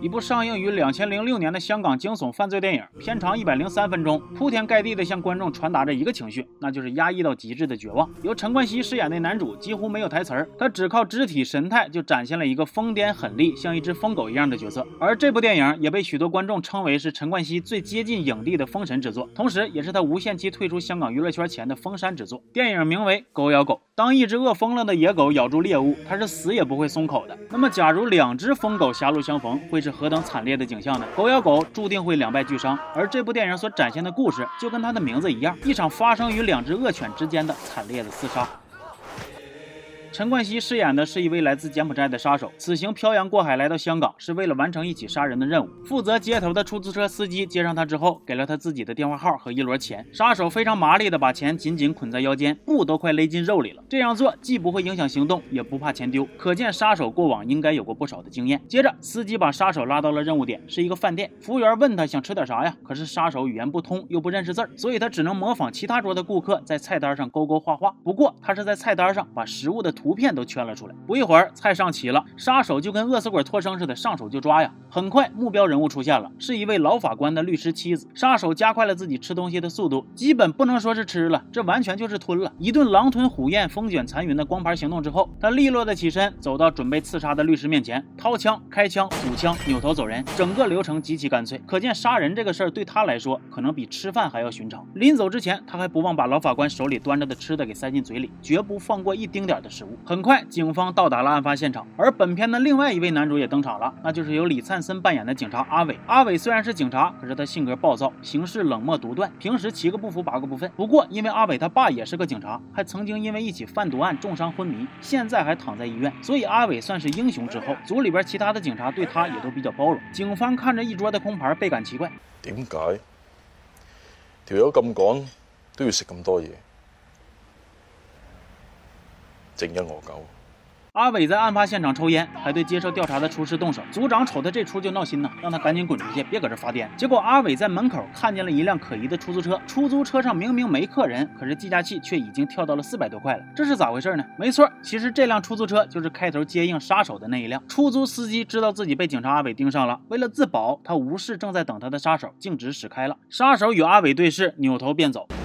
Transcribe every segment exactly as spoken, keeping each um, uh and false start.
一部上映于两千零六年的香港惊悚犯罪电影，片长一百零三分钟，铺天盖地的向观众传达着一个情绪，那就是压抑到极致的绝望。由陈冠希饰演的男主几乎没有台词儿，他只靠肢体神态就展现了一个疯癫狠戾、像一只疯狗一样的角色。而这部电影也被许多观众称为是陈冠希最接近影帝的封神之作，同时也是他无限期退出香港娱乐圈前的封山之作。电影名为《狗咬狗》，当一只饿疯了的野狗咬住猎物，它是死也不会松口的。那么，假如两只疯狗狭路相逢，会是何等惨烈的景象呢？狗咬狗注定会两败俱伤，而这部电影所展现的故事，就跟它的名字一样，一场发生于两只恶犬之间的惨烈的厮杀。陈冠希饰演的是一位来自柬埔寨的杀手，此行漂洋过海来到香港，是为了完成一起杀人的任务。负责接头的出租车司机接上他之后，给了他自己的电话号和一摞钱。杀手非常麻利的把钱紧紧捆在腰间，布都快勒进肉里了。这样做既不会影响行动，也不怕钱丢，可见杀手过往应该有过不少的经验。接着，司机把杀手拉到了任务点，是一个饭店。服务员问他想吃点啥呀？可是杀手语言不通，又不认识字儿，所以他只能模仿其他桌的顾客在菜单上勾勾画画。不过他是在菜单上把食物的图片都圈了出来。不一会儿，菜上齐了，杀手就跟饿死鬼脱生似的，上手就抓呀。很快，目标人物出现了，是一位老法官的律师妻子。杀手加快了自己吃东西的速度，基本不能说是吃了，这完全就是吞了。一顿狼吞虎咽、风卷残云的光盘行动之后，他利落的起身，走到准备刺杀的律师面前，掏枪、开枪、补枪、扭头走人，整个流程极其干脆。可见杀人这个事儿对他来说，可能比吃饭还要寻常。临走之前，他还不忘把老法官手里端着的吃的给塞进嘴里，绝不放过一丁点的食物。很快，警方到达了案发现场，而本片的另外一位男主也登场了，那就是由李灿森扮演的警察阿伟。阿伟虽然是警察，可是他性格暴躁，行事冷漠独断，平时七个不服八个不忿。不过因为阿伟他爸也是个警察，还曾经因为一起贩毒案重伤昏迷，现在还躺在医院，所以阿伟算是英雄之后。组里边其他的警察对他也都比较包容。警方看着一桌的空盘，倍感奇怪， 點解條友咁趕都要食咁多嘢？正一我狗。 阿伟在案发现场抽烟，还对接受调查的厨师动手。组长瞅他这出就闹心呐，让他赶紧滚出去，别搁这发癫。结果阿伟在门口看见了一辆可疑的出租车，出租车上明明没客人，可是计价器却已经跳到了四百多块了，这是咋回事呢？没错，其实这辆出租车就是开头接应杀手的那一辆。出租司机知道自己被警察阿伟盯上了，为了自保，他无视正在等他的杀手，径直驶开了。杀手与阿伟对视，扭头便走。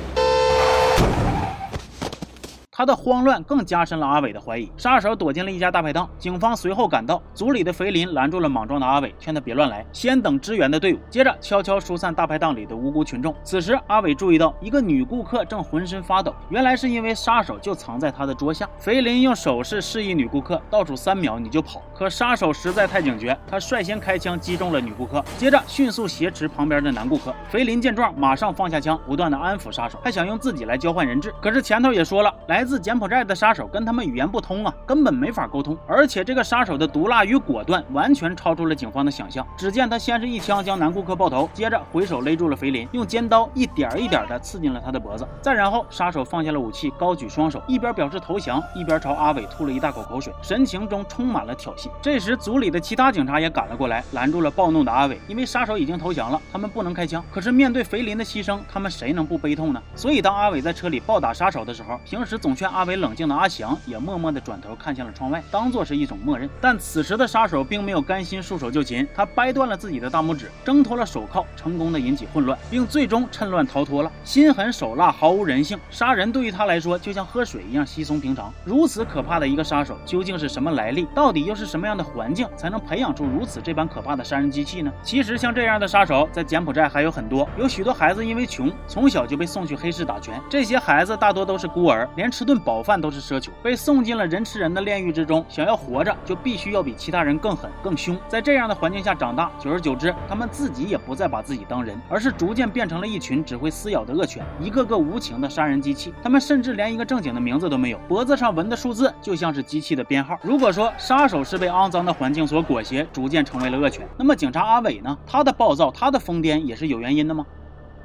他的慌乱更加深了阿伟的怀疑。杀手躲进了一家大排档，警方随后赶到，组里的肥林拦住了莽撞的阿伟，劝他别乱来，先等支援的队伍。接着悄悄疏散大排档里的无辜群众。此时阿伟注意到一个女顾客正浑身发抖，原来是因为杀手就藏在他的桌下。肥林用手势示意女顾客倒数三秒你就跑，可杀手实在太警觉，他率先开枪击中了女顾客，接着迅速挟持旁边的男顾客。肥林见状马上放下枪，不断的安抚杀手，还想用自己来交换人质。可是前头也说了，来自柬埔寨的杀手跟他们语言不通啊，根本没法沟通。而且这个杀手的毒辣与果断完全超出了警方的想象。只见他先是一枪将男顾客爆头，接着回手勒住了肥林，用尖刀一点一点的刺进了他的脖子。再然后杀手放下了武器，高举双手，一边表示投降，一边朝阿伟吐了一大口口水，神情中充满了挑衅。这时组里的其他警察也赶了过来，拦住了暴怒的阿伟。因为杀手已经投降了，他们不能开枪，可是面对肥林的牺牲，他们谁能不悲痛呢？所以当阿伟在车里暴打杀手的时候，平时总劝阿伟冷静的阿翔也默默地转头看向了窗外，当作是一种默认。但此时的杀手并没有甘心束手就擒，他掰断了自己的大拇指，挣脱了手铐，成功的引起混乱，并最终趁乱逃脱了。心狠手辣，毫无人性，杀人对于他来说就像喝水一样稀松平常。如此可怕的一个杀手，究竟是什么来历？到底又是什么样的环境才能培养出如此这般可怕的杀人机器呢？其实像这样的杀手在柬埔寨还有很多，有许多孩子因为穷，从小就被送去黑市打拳。这些孩子大多都是孤儿，连吃顿饱饭都是奢求，被送进了人吃人的炼狱之中。想要活着，就必须要比其他人更狠更凶。在这样的环境下长大，久而久之，他们自己也不再把自己当人，而是逐渐变成了一群只会撕咬的恶犬，一个个无情的杀人机器。他们甚至连一个正经的名字都没有，脖子上纹的数字就像是机器的编号。如果说杀手是被肮脏的环境所裹挟，逐渐成为了恶犬，那么警察阿伟呢？他的暴躁，他的疯癫也是有原因的吗？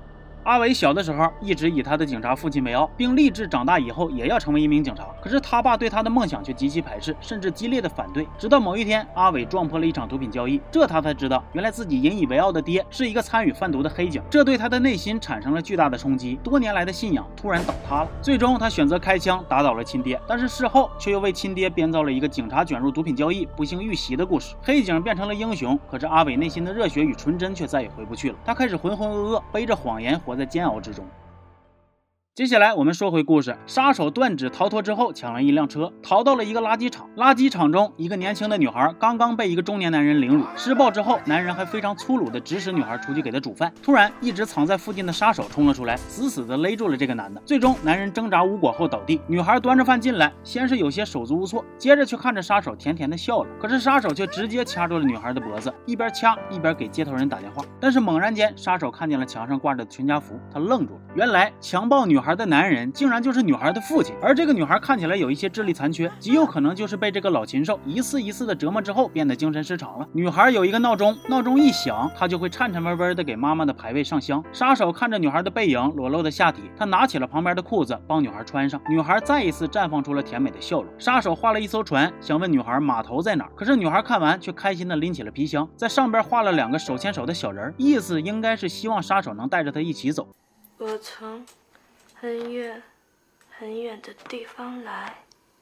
阿伟小的时候一直以他的警察父亲为傲，并立志长大以后也要成为一名警察。可是他爸对他的梦想却极其排斥，甚至激烈的反对。直到某一天，阿伟撞破了一场毒品交易，这他才知道，原来自己引以为傲的爹是一个参与贩毒的黑警，这对他的内心产生了巨大的冲击。多年来的信仰突然倒塌了，最终他选择开枪打倒了亲爹，但是事后却又为亲爹编造了一个警察卷入毒品交易不幸遇袭的故事。黑警变成了英雄，可是阿伟内心的热血与纯真却再也回不去了，他开始浑浑噩噩，背着谎言活在煎熬之中。接下来我们说回故事，杀手断指逃脱之后抢了一辆车，逃到了一个垃圾场。垃圾场中，一个年轻的女孩刚刚被一个中年男人凌辱，施暴之后，男人还非常粗鲁地指使女孩出去给他煮饭。突然，一直藏在附近的杀手冲了出来，死死地勒住了这个男的。最终，男人挣扎无果后倒地，女孩端着饭进来，先是有些手足无措，接着却看着杀手甜甜地笑了。可是杀手却直接掐住了女孩的脖子，一边掐一边给接头人打电话。但是猛然间，杀手看见了墙上挂着的全家福，他愣住了。原来强暴女孩的男人竟然就是女孩的父亲，而这个女孩看起来有一些智力残缺，极有可能就是被这个老禽兽一次一次的折磨之后变得精神失常了。女孩有一个闹钟，闹钟一响，她就会颤颤巍巍的给妈妈的牌位上香。杀手看着女孩的背影，裸露的下体，他拿起了旁边的裤子帮女孩穿上。女孩再一次绽放出了甜美的笑容。杀手画了一艘船，想问女孩码头在哪儿，可是女孩看完却开心的拎起了皮箱，在上边画了两个手牵手的小人，意思应该是希望杀手能带着她一起走。 我从很远很远的地方来，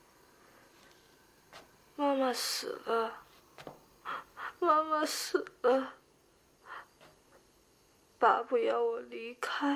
妈妈死了，妈妈死了，爸不要我离开，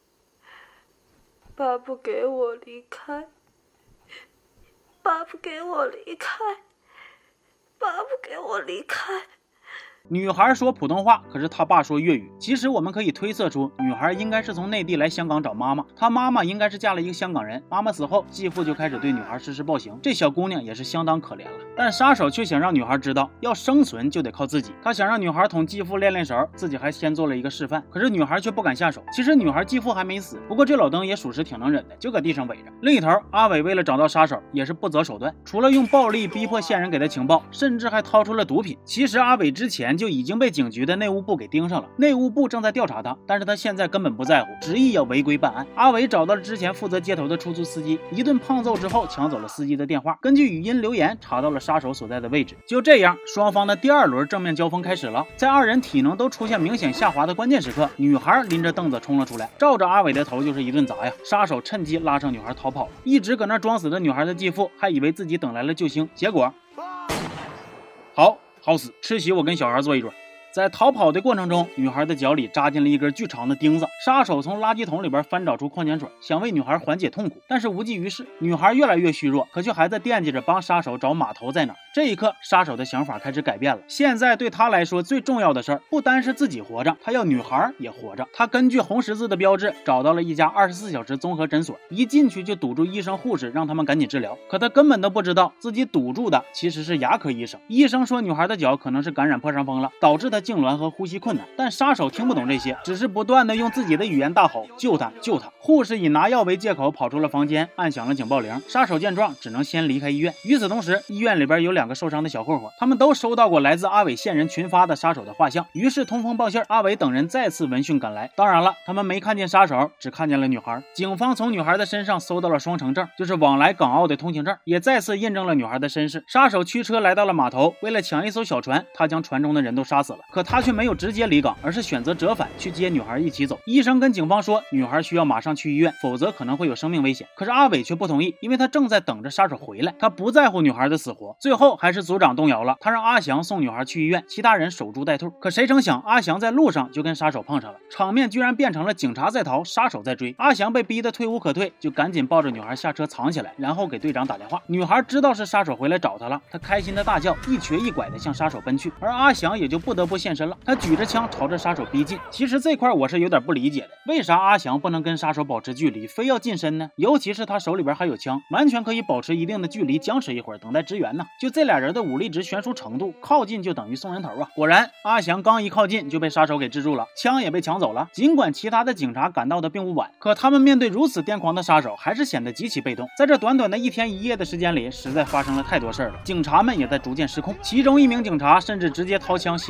爸不给我离开，爸不给我离开，爸不给我离开。 女孩说普通话，可是她爸说粤语。其实我们可以推测出，女孩应该是从内地来香港找妈妈，她妈妈应该是嫁了一个香港人。妈妈死后，继父就开始对女孩实施暴行，这小姑娘也是相当可怜了。但杀手却想让女孩知道，要生存就得靠自己。他想让女孩同继父练练手，自己还先做了一个示范。可是女孩却不敢下手。其实女孩继父还没死，不过这老登也属实挺能忍的，就搁地上围着。另一头，阿伟为了找到杀手，也是不择手段，除了用暴力逼迫线人给他情报，甚至还掏出了毒品。其实阿伟之前就已经被警局的内务部给盯上了，内务部正在调查他，但是他现在根本不在乎，执意要违规办案。阿伟找到了之前负责接头的出租司机，一顿胖揍之后抢走了司机的电话，根据语音留言查到了杀手所在的位置。就这样，双方的第二轮正面交锋开始了。在二人体能都出现明显下滑的关键时刻，女孩拎着凳子冲了出来，照着阿伟的头就是一顿砸呀。杀手趁机拉上女孩逃跑了，一直搁那装死的女孩的继父还以为自己等来了救星，结果好好死，吃席我跟小孩坐一桌。在逃跑的过程中，女孩的脚里扎进了一根巨长的钉子。杀手从垃圾桶里边翻找出矿泉水，想为女孩缓解痛苦，但是无济于事。女孩越来越虚弱，可却还在惦记着帮杀手找码头在哪儿。这一刻，杀手的想法开始改变了。现在对他来说最重要的事儿，不单是自己活着，他要女孩也活着。他根据红十字的标志找到了一家二十四小时综合诊所，一进去就堵住医生护士，让他们赶紧治疗。可他根本都不知道，自己堵住的其实是牙科医生。医生说女孩的脚可能是感染破伤风了，导致她痉挛和呼吸困难。但杀手听不懂这些，只是不断的用自己的语言大吼：救他，救他！护士以拿药为借口跑出了房间，按响了警报铃。杀手见状，只能先离开医院。与此同时，医院里边有两个受伤的小混混，他们都收到过来自阿伟线人群发的杀手的画像，于是通风报信，阿伟等人再次闻讯赶来。当然了，他们没看见杀手，只看见了女孩。警方从女孩的身上搜到了双程证，就是往来港澳的通行证，也再次印证了女孩的身世。杀手驱车来到了码头，为了抢一艘小船，他将船中的人都杀死了。可他却没有直接离港，而是选择折返去接女孩一起走。医生跟警方说，女孩需要马上去医院，否则可能会有生命危险。可是阿伟却不同意，因为他正在等着杀手回来，他不在乎女孩的死活。最后还是组长动摇了，他让阿翔送女孩去医院，其他人守株待兔。可谁成想，阿翔在路上就跟杀手碰上了，场面居然变成了警察在逃，杀手在追。阿翔被逼得退无可退，就赶紧抱着女孩下车藏起来，然后给队长打电话。女孩知道是杀手回来找她了，她开心的大叫，一瘸一拐的向杀手奔去。而阿翔也就不得不现身了，他举着枪朝着杀手逼近。其实这块我是有点不理解的，为啥阿翔不能跟杀手保持距离，非要近身呢？尤其是他手里边还有枪，完全可以保持一定的距离，僵持一会儿等待支援呢。就这俩人的武力值悬殊程度，靠近就等于送人头啊！果然，阿翔刚一靠近就被杀手给制住了，枪也被抢走了。尽管其他的警察赶到的并不晚，可他们面对如此癫狂的杀手，还是显得极其被动。在这短短的一天一夜的时间里，实在发生了太多事儿了，警察们也在逐渐失控。其中一名警察甚至直接掏枪挟持女孩，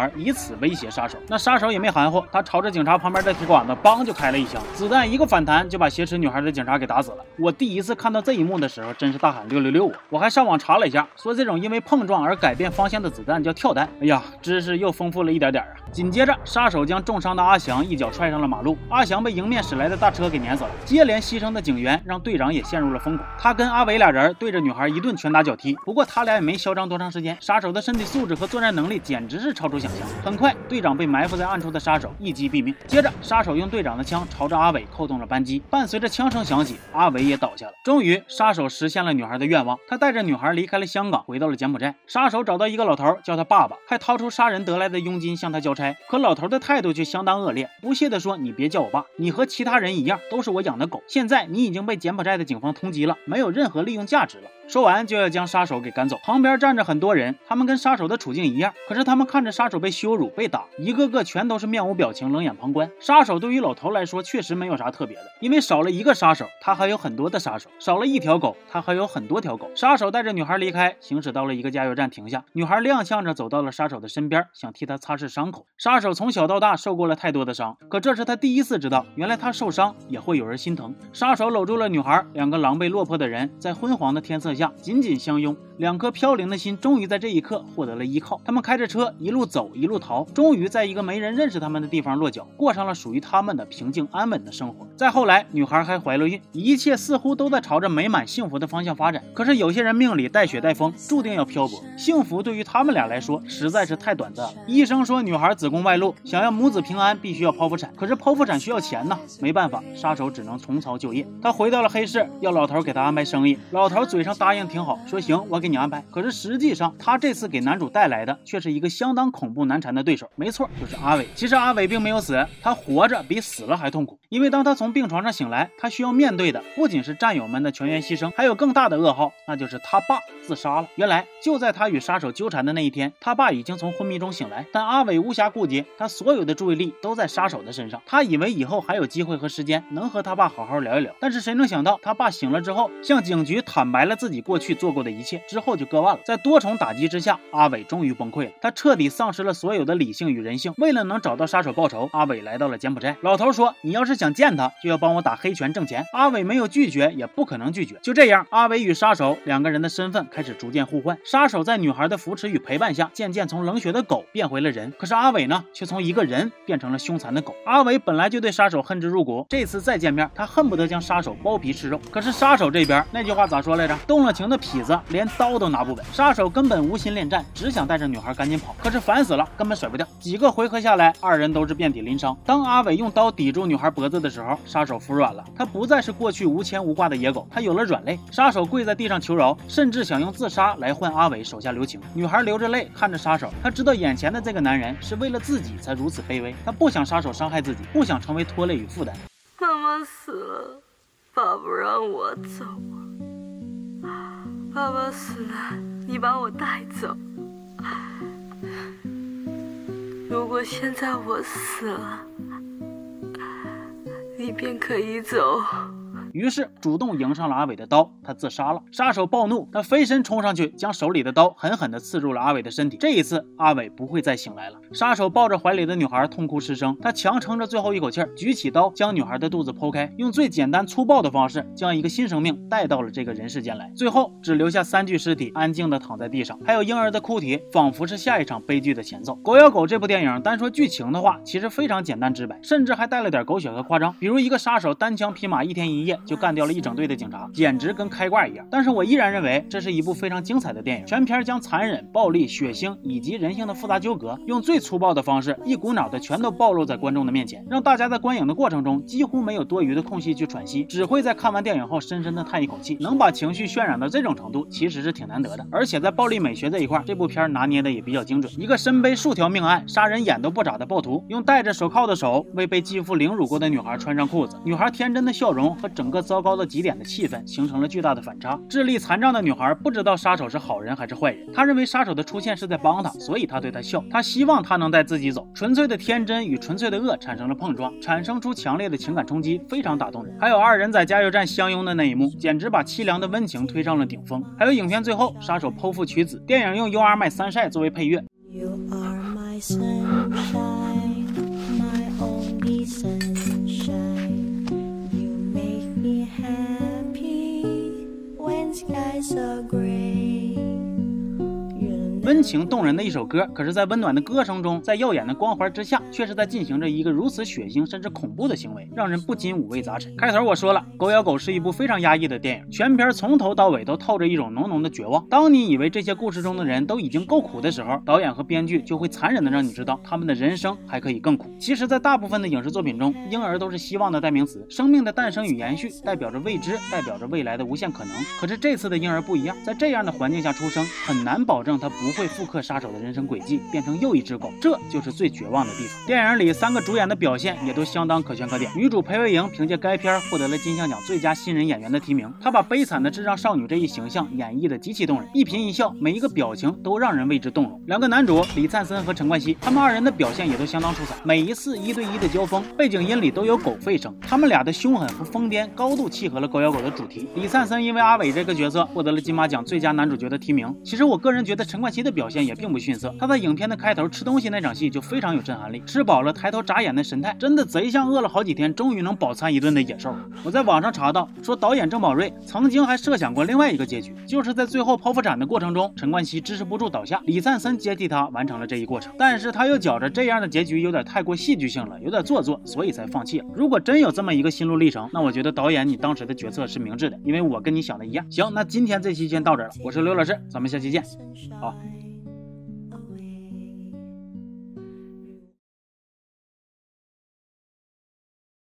孩，以此威胁杀手。那杀手也没含糊，他朝着警察旁边的铁管子梆就开了一枪，子弹一个反弹就把挟持女孩的警察给打死了。我第一次看到这一幕的时候，真是大喊六六六啊！我还上网查了一下，说这种因为碰撞而改变方向的子弹叫跳弹。哎呀，知识又丰富了一点点啊！紧接着，杀手将重伤的阿翔一脚踹上了马路，阿翔被迎面驶来的大车给碾死了。接连牺牲的警员让队长也陷入了疯狂，他跟阿伟俩人对着女孩一顿拳打脚踢。不过他俩也没嚣张多长时间，杀手的身体素质和作战能力简直是超出想象。很快，队长被埋伏在暗处的杀手一击毙命。接着，杀手用队长的枪朝着阿伟扣动了扳机，伴随着枪声响起，阿伟也倒下了。终于，杀手实现了女孩的愿望，他带着女孩离开了香港，回到了柬埔寨。杀手找到一个老头，叫他爸爸，还掏出杀人得来的佣金向他交差。可老头的态度却相当恶劣，不屑地说：“你别叫我爸，你和其他人一样，都是我养的狗。现在你已经被柬埔寨的警方通缉了，没有任何利用价值了。”说完就要将杀手给赶走，旁边站着很多人，他们跟杀手的处境一样，可是他们看着杀手被羞辱、被打，一个个全都是面无表情、冷眼旁观。杀手对于老头来说确实没有啥特别的，因为少了一个杀手，他还有很多的杀手；少了一条狗，他还有很多条狗。杀手带着女孩离开，行驶到了一个加油站停下，女孩踉跄着走到了杀手的身边，想替他擦拭伤口。杀手从小到大受过了太多的伤，可这是他第一次知道，原来他受伤也会有人心疼。杀手搂住了女孩，两个狼狈落魄的人在昏黄的天色下紧紧相拥，两颗飘零的心终于在这一刻获得了依靠。他们开着车一路走一路逃，终于在一个没人认识他们的地方落脚，过上了属于他们的平静安稳的生活。再后来，女孩还怀了孕，一切似乎都在朝着美满幸福的方向发展。可是有些人命里带雪带风，注定要漂泊，幸福对于他们俩来说实在是太短暂了。医生说女孩子宫外露，想要母子平安必须要剖腹产，可是剖腹产需要钱呐，没办法，杀手只能重操旧业。他回到了黑市，要老头给他安排生意。老头嘴上答应挺好，说行，我给你安排。可是实际上，他这次给男主带来的却是一个相当恐怖难缠的对手，没错，就是阿伟。其实阿伟并没有死，他活着比死了还痛苦，因为当他从病床上醒来，他需要面对的不仅是战友们的全员牺牲，还有更大的噩耗，那就是他爸自杀了。原来就在他与杀手纠缠的那一天，他爸已经从昏迷中醒来，但阿伟无暇顾及，他所有的注意力都在杀手的身上。他以为以后还有机会和时间能和他爸好好聊一聊，但是谁能想到他爸醒了之后，向警局坦白了自己过去做过的一切，之后就割腕了。在多重打击之下，阿伟终于崩溃了，他彻底丧失了所有的理性与人性。为了能找到杀手报仇，阿伟来到了柬埔寨。老头说，你要是想见他，就要帮我打黑拳挣钱。阿伟没有拒绝，也不可能拒绝。就这样，阿伟与杀手两个人的身份开始逐渐互换。杀手在女孩的扶持与陪伴下，渐渐从冷血的狗变回了人，可是阿伟呢，却从一个人变成了凶残的狗。阿伟本来就对杀手恨之入骨，这次再见面，他恨不得将杀手剥皮吃肉。可是杀手这边那句话咋说来着？动了情的痞子连刀都拿不稳。杀手根本无心恋战，只想带着女孩赶紧跑，可是烦死了，根本甩不掉。几个回合下来，二人都是遍体鳞伤。当阿伟用刀抵住女孩脖子的时候，杀手服软了，他不再是过去无牵无挂的野狗，他有了软肋。杀手跪在地上求饶，甚至想用自杀来换阿伟手下留情。女孩流着泪看着杀手，她知道眼前的这个男人是为了自己才如此卑微，她不想杀手伤害自己，不想成为拖累与负担。 妈妈死了，爸不让我走，爸爸死了，你把我带走。如果现在我死了，你便可以走。 于是主动迎上了阿伟的刀，他自杀了。杀手暴怒，他飞身冲上去，将手里的刀狠狠地刺入了阿伟的身体。这一次，阿伟不会再醒来了。杀手抱着怀里的女孩痛哭失声，他强撑着最后一口气儿，举起刀将女孩的肚子剖开，用最简单粗暴的方式将一个新生命带到了这个人世间来。最后只留下三具尸体安静地躺在地上，还有婴儿的哭啼，仿佛是下一场悲剧的前奏。狗咬狗这部电影单说剧情的话，其实非常简单直白，甚至还带了点狗血和夸张。比如一个杀手单枪匹马一天一夜就干掉了一整队的警察，简直跟开挂一样。但是我依然认为这是一部非常精彩的电影，全片将残忍、暴力、血腥以及人性的复杂纠葛，用最粗暴的方式一股脑的全都暴露在观众的面前，让大家在观影的过程中几乎没有多余的空隙去喘息，只会在看完电影后深深的叹一口气。能把情绪渲染到这种程度，其实是挺难得的。而且在暴力美学这一块，这部片拿捏的也比较精准。一个身背数条命案、杀人眼都不眨的暴徒，用戴着手铐的手为被继父凌辱过的女孩穿上裤子，女孩天真的笑容和整个糟糕到极点的气氛形成了巨大的反差。智力残障的女孩不知道杀手是好人还是坏人，她认为杀手的出现是在帮她，所以她对他笑，她希望他能带自己走。纯粹的天真与纯粹的恶产生了碰撞，产生出强烈的情感冲击，非常打动人。还有二人在加油站相拥的那一幕，简直把凄凉的温情推上了顶峰。还有影片最后杀手剖腹取子，电影用 You Are My Sunshine 作为配乐。 You are my sunshine, my only sunshine. You make me happy when skies are gray. 温情动人的一首歌，可是在温暖的歌声中，在耀眼的光环之下，却是在进行着一个如此血腥甚至恐怖的行为，让人不禁五味杂陈。开头我说了，《狗咬狗》是一部非常压抑的电影，全片从头到尾都透着一种浓浓的绝望。当你以为这些故事中的人都已经够苦的时候，导演和编剧就会残忍的让你知道，他们的人生还可以更苦。其实，在大部分的影视作品中，婴儿都是希望的代名词，生命的诞生与延续，代表着未知，代表着未来的无限可能。可是这次的婴儿不一样，在这样的环境下出生，很难保证他不会复刻杀手的人生轨迹，变成又一只狗，这就是最绝望的地方。电影里三个主演的表现也都相当可圈可点。女主裴蔚莹凭借该片获得了金像奖最佳新人演员的提名，她把悲惨的智障少女这一形象演绎的极其动人，一颦一笑，每一个表情都让人为之动容。两个男主李灿森和陈冠希，他们二人的表现也都相当出彩，每一次一对一的交锋，背景音里都有狗吠声，他们俩的凶狠和疯癫高度契合了狗咬狗的主题。李灿森因为阿伟这个角色获得了金马奖最佳男主角的提名。其实我个人觉得陈冠希的表现也并不逊色，他在影片的开头吃东西那场戏就非常有震撼力，吃饱了抬头眨眼的神态，真的贼像饿了好几天终于能饱餐一顿的野兽。我在网上查到说，导演郑宝瑞曾经还设想过另外一个结局，就是在最后剖腹产的过程中，陈冠希支持不住倒下，李灿森接替他完成了这一过程，但是他又觉着这样的结局有点太过戏剧性了，有点做作，所以才放弃了。如果真有这么一个心路历程，那我觉得导演你当时的决策是明智的，因为我跟你想的一样。行，那今天这期先到这儿了，我是刘老师，咱们下期见。好。